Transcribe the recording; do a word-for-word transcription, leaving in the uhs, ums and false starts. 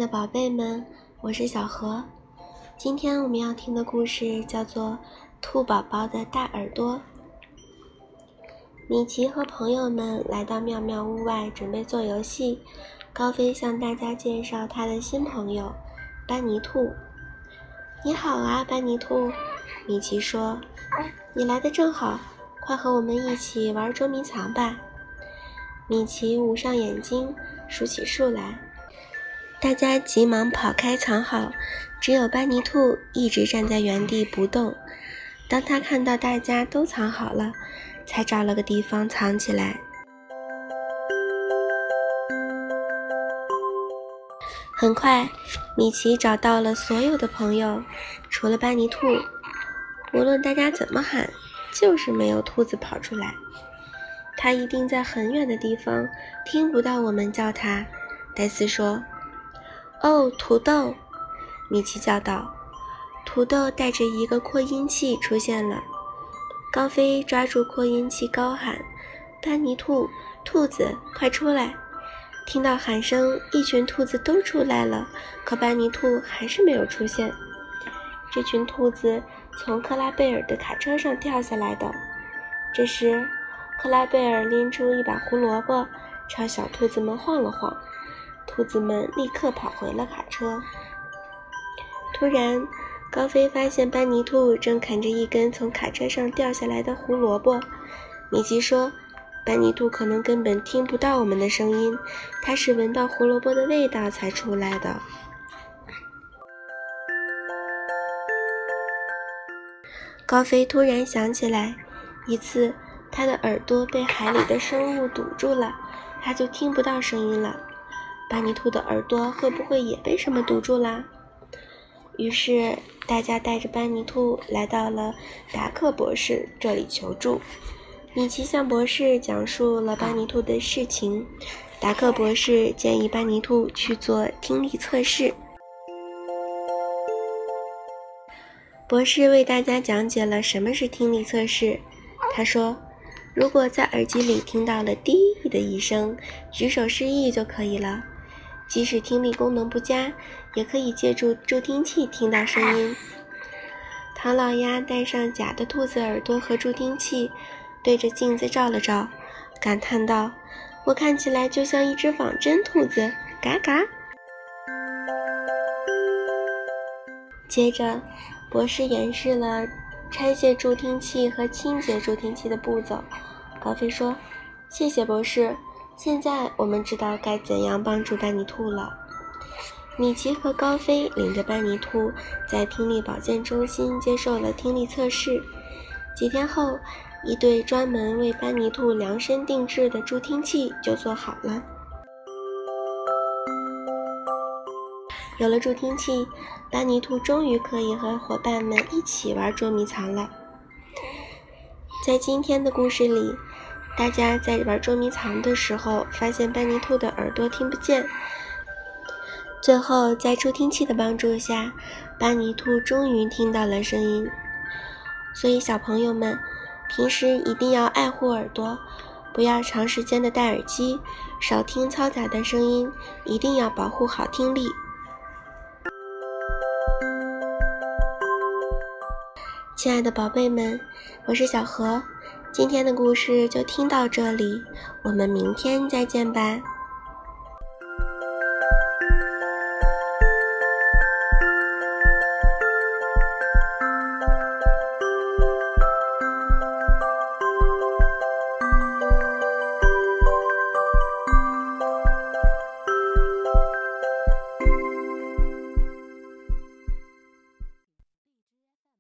宝贝们，我是小何。今天我们要听的故事叫做《兔宝宝的大耳朵》。米奇和朋友们来到妙妙屋外准备做游戏，高飞向大家介绍他的新朋友班尼兔。你好啊，班尼兔，米奇说，你来得正好，快和我们一起玩捉迷藏吧。米奇捂上眼睛，数起数来，大家急忙跑开藏好，只有班尼兔一直站在原地不动。当他看到大家都藏好了，才找了个地方藏起来。很快，米奇找到了所有的朋友，除了班尼兔，无论大家怎么喊，就是没有兔子跑出来。他一定在很远的地方，听不到我们叫他。戴斯说，哦，土豆，米奇叫道。土豆带着一个扩音器出现了。高飞抓住扩音器高喊，班尼兔，兔子，快出来。听到喊声，一群兔子都出来了，可班尼兔还是没有出现。这群兔子从克拉贝尔的卡车上跳下来的。这时克拉贝尔拎出一把胡萝卜，朝小兔子们晃了晃，兔子们立刻跑回了卡车。突然高飞发现班尼兔正啃着一根从卡车上掉下来的胡萝卜。米奇说，班尼兔可能根本听不到我们的声音，他是闻到胡萝卜的味道才出来的。高飞突然想起来，一次他的耳朵被海里的生物堵住了，他就听不到声音了。班尼兔的耳朵会不会也被什么堵住啦？于是大家带着班尼兔来到了达克博士这里求助。米奇向博士讲述了班尼兔的事情，达克博士建议班尼兔去做听力测试。博士为大家讲解了什么是听力测试。他说，如果在耳机里听到了滴的一声，举手示意就可以了。即使听力功能不佳，也可以借助助听器听到声音。唐老鸭戴上假的兔子耳朵和助听器，对着镜子照了照，感叹道，我看起来就像一只仿真兔子，嘎嘎。接着博士演示了拆卸助听器和清洁助听器的步骤。高飞说，谢谢博士，现在我们知道该怎样帮助班尼兔了。米奇和高飞领着班尼兔在听力保健中心接受了听力测试。几天后，一对专门为班尼兔量身定制的助听器就做好了。有了助听器，班尼兔终于可以和伙伴们一起玩捉迷藏了。在今天的故事里，大家在玩捉迷藏的时候发现班尼兔的耳朵听不见，最后在助听器的帮助下，班尼兔终于听到了声音。所以小朋友们，平时一定要爱护耳朵，不要长时间的戴耳机，少听嘈杂的声音，一定要保护好听力。亲爱的宝贝们，我是小何，今天的故事就听到这里，我们明天再见吧。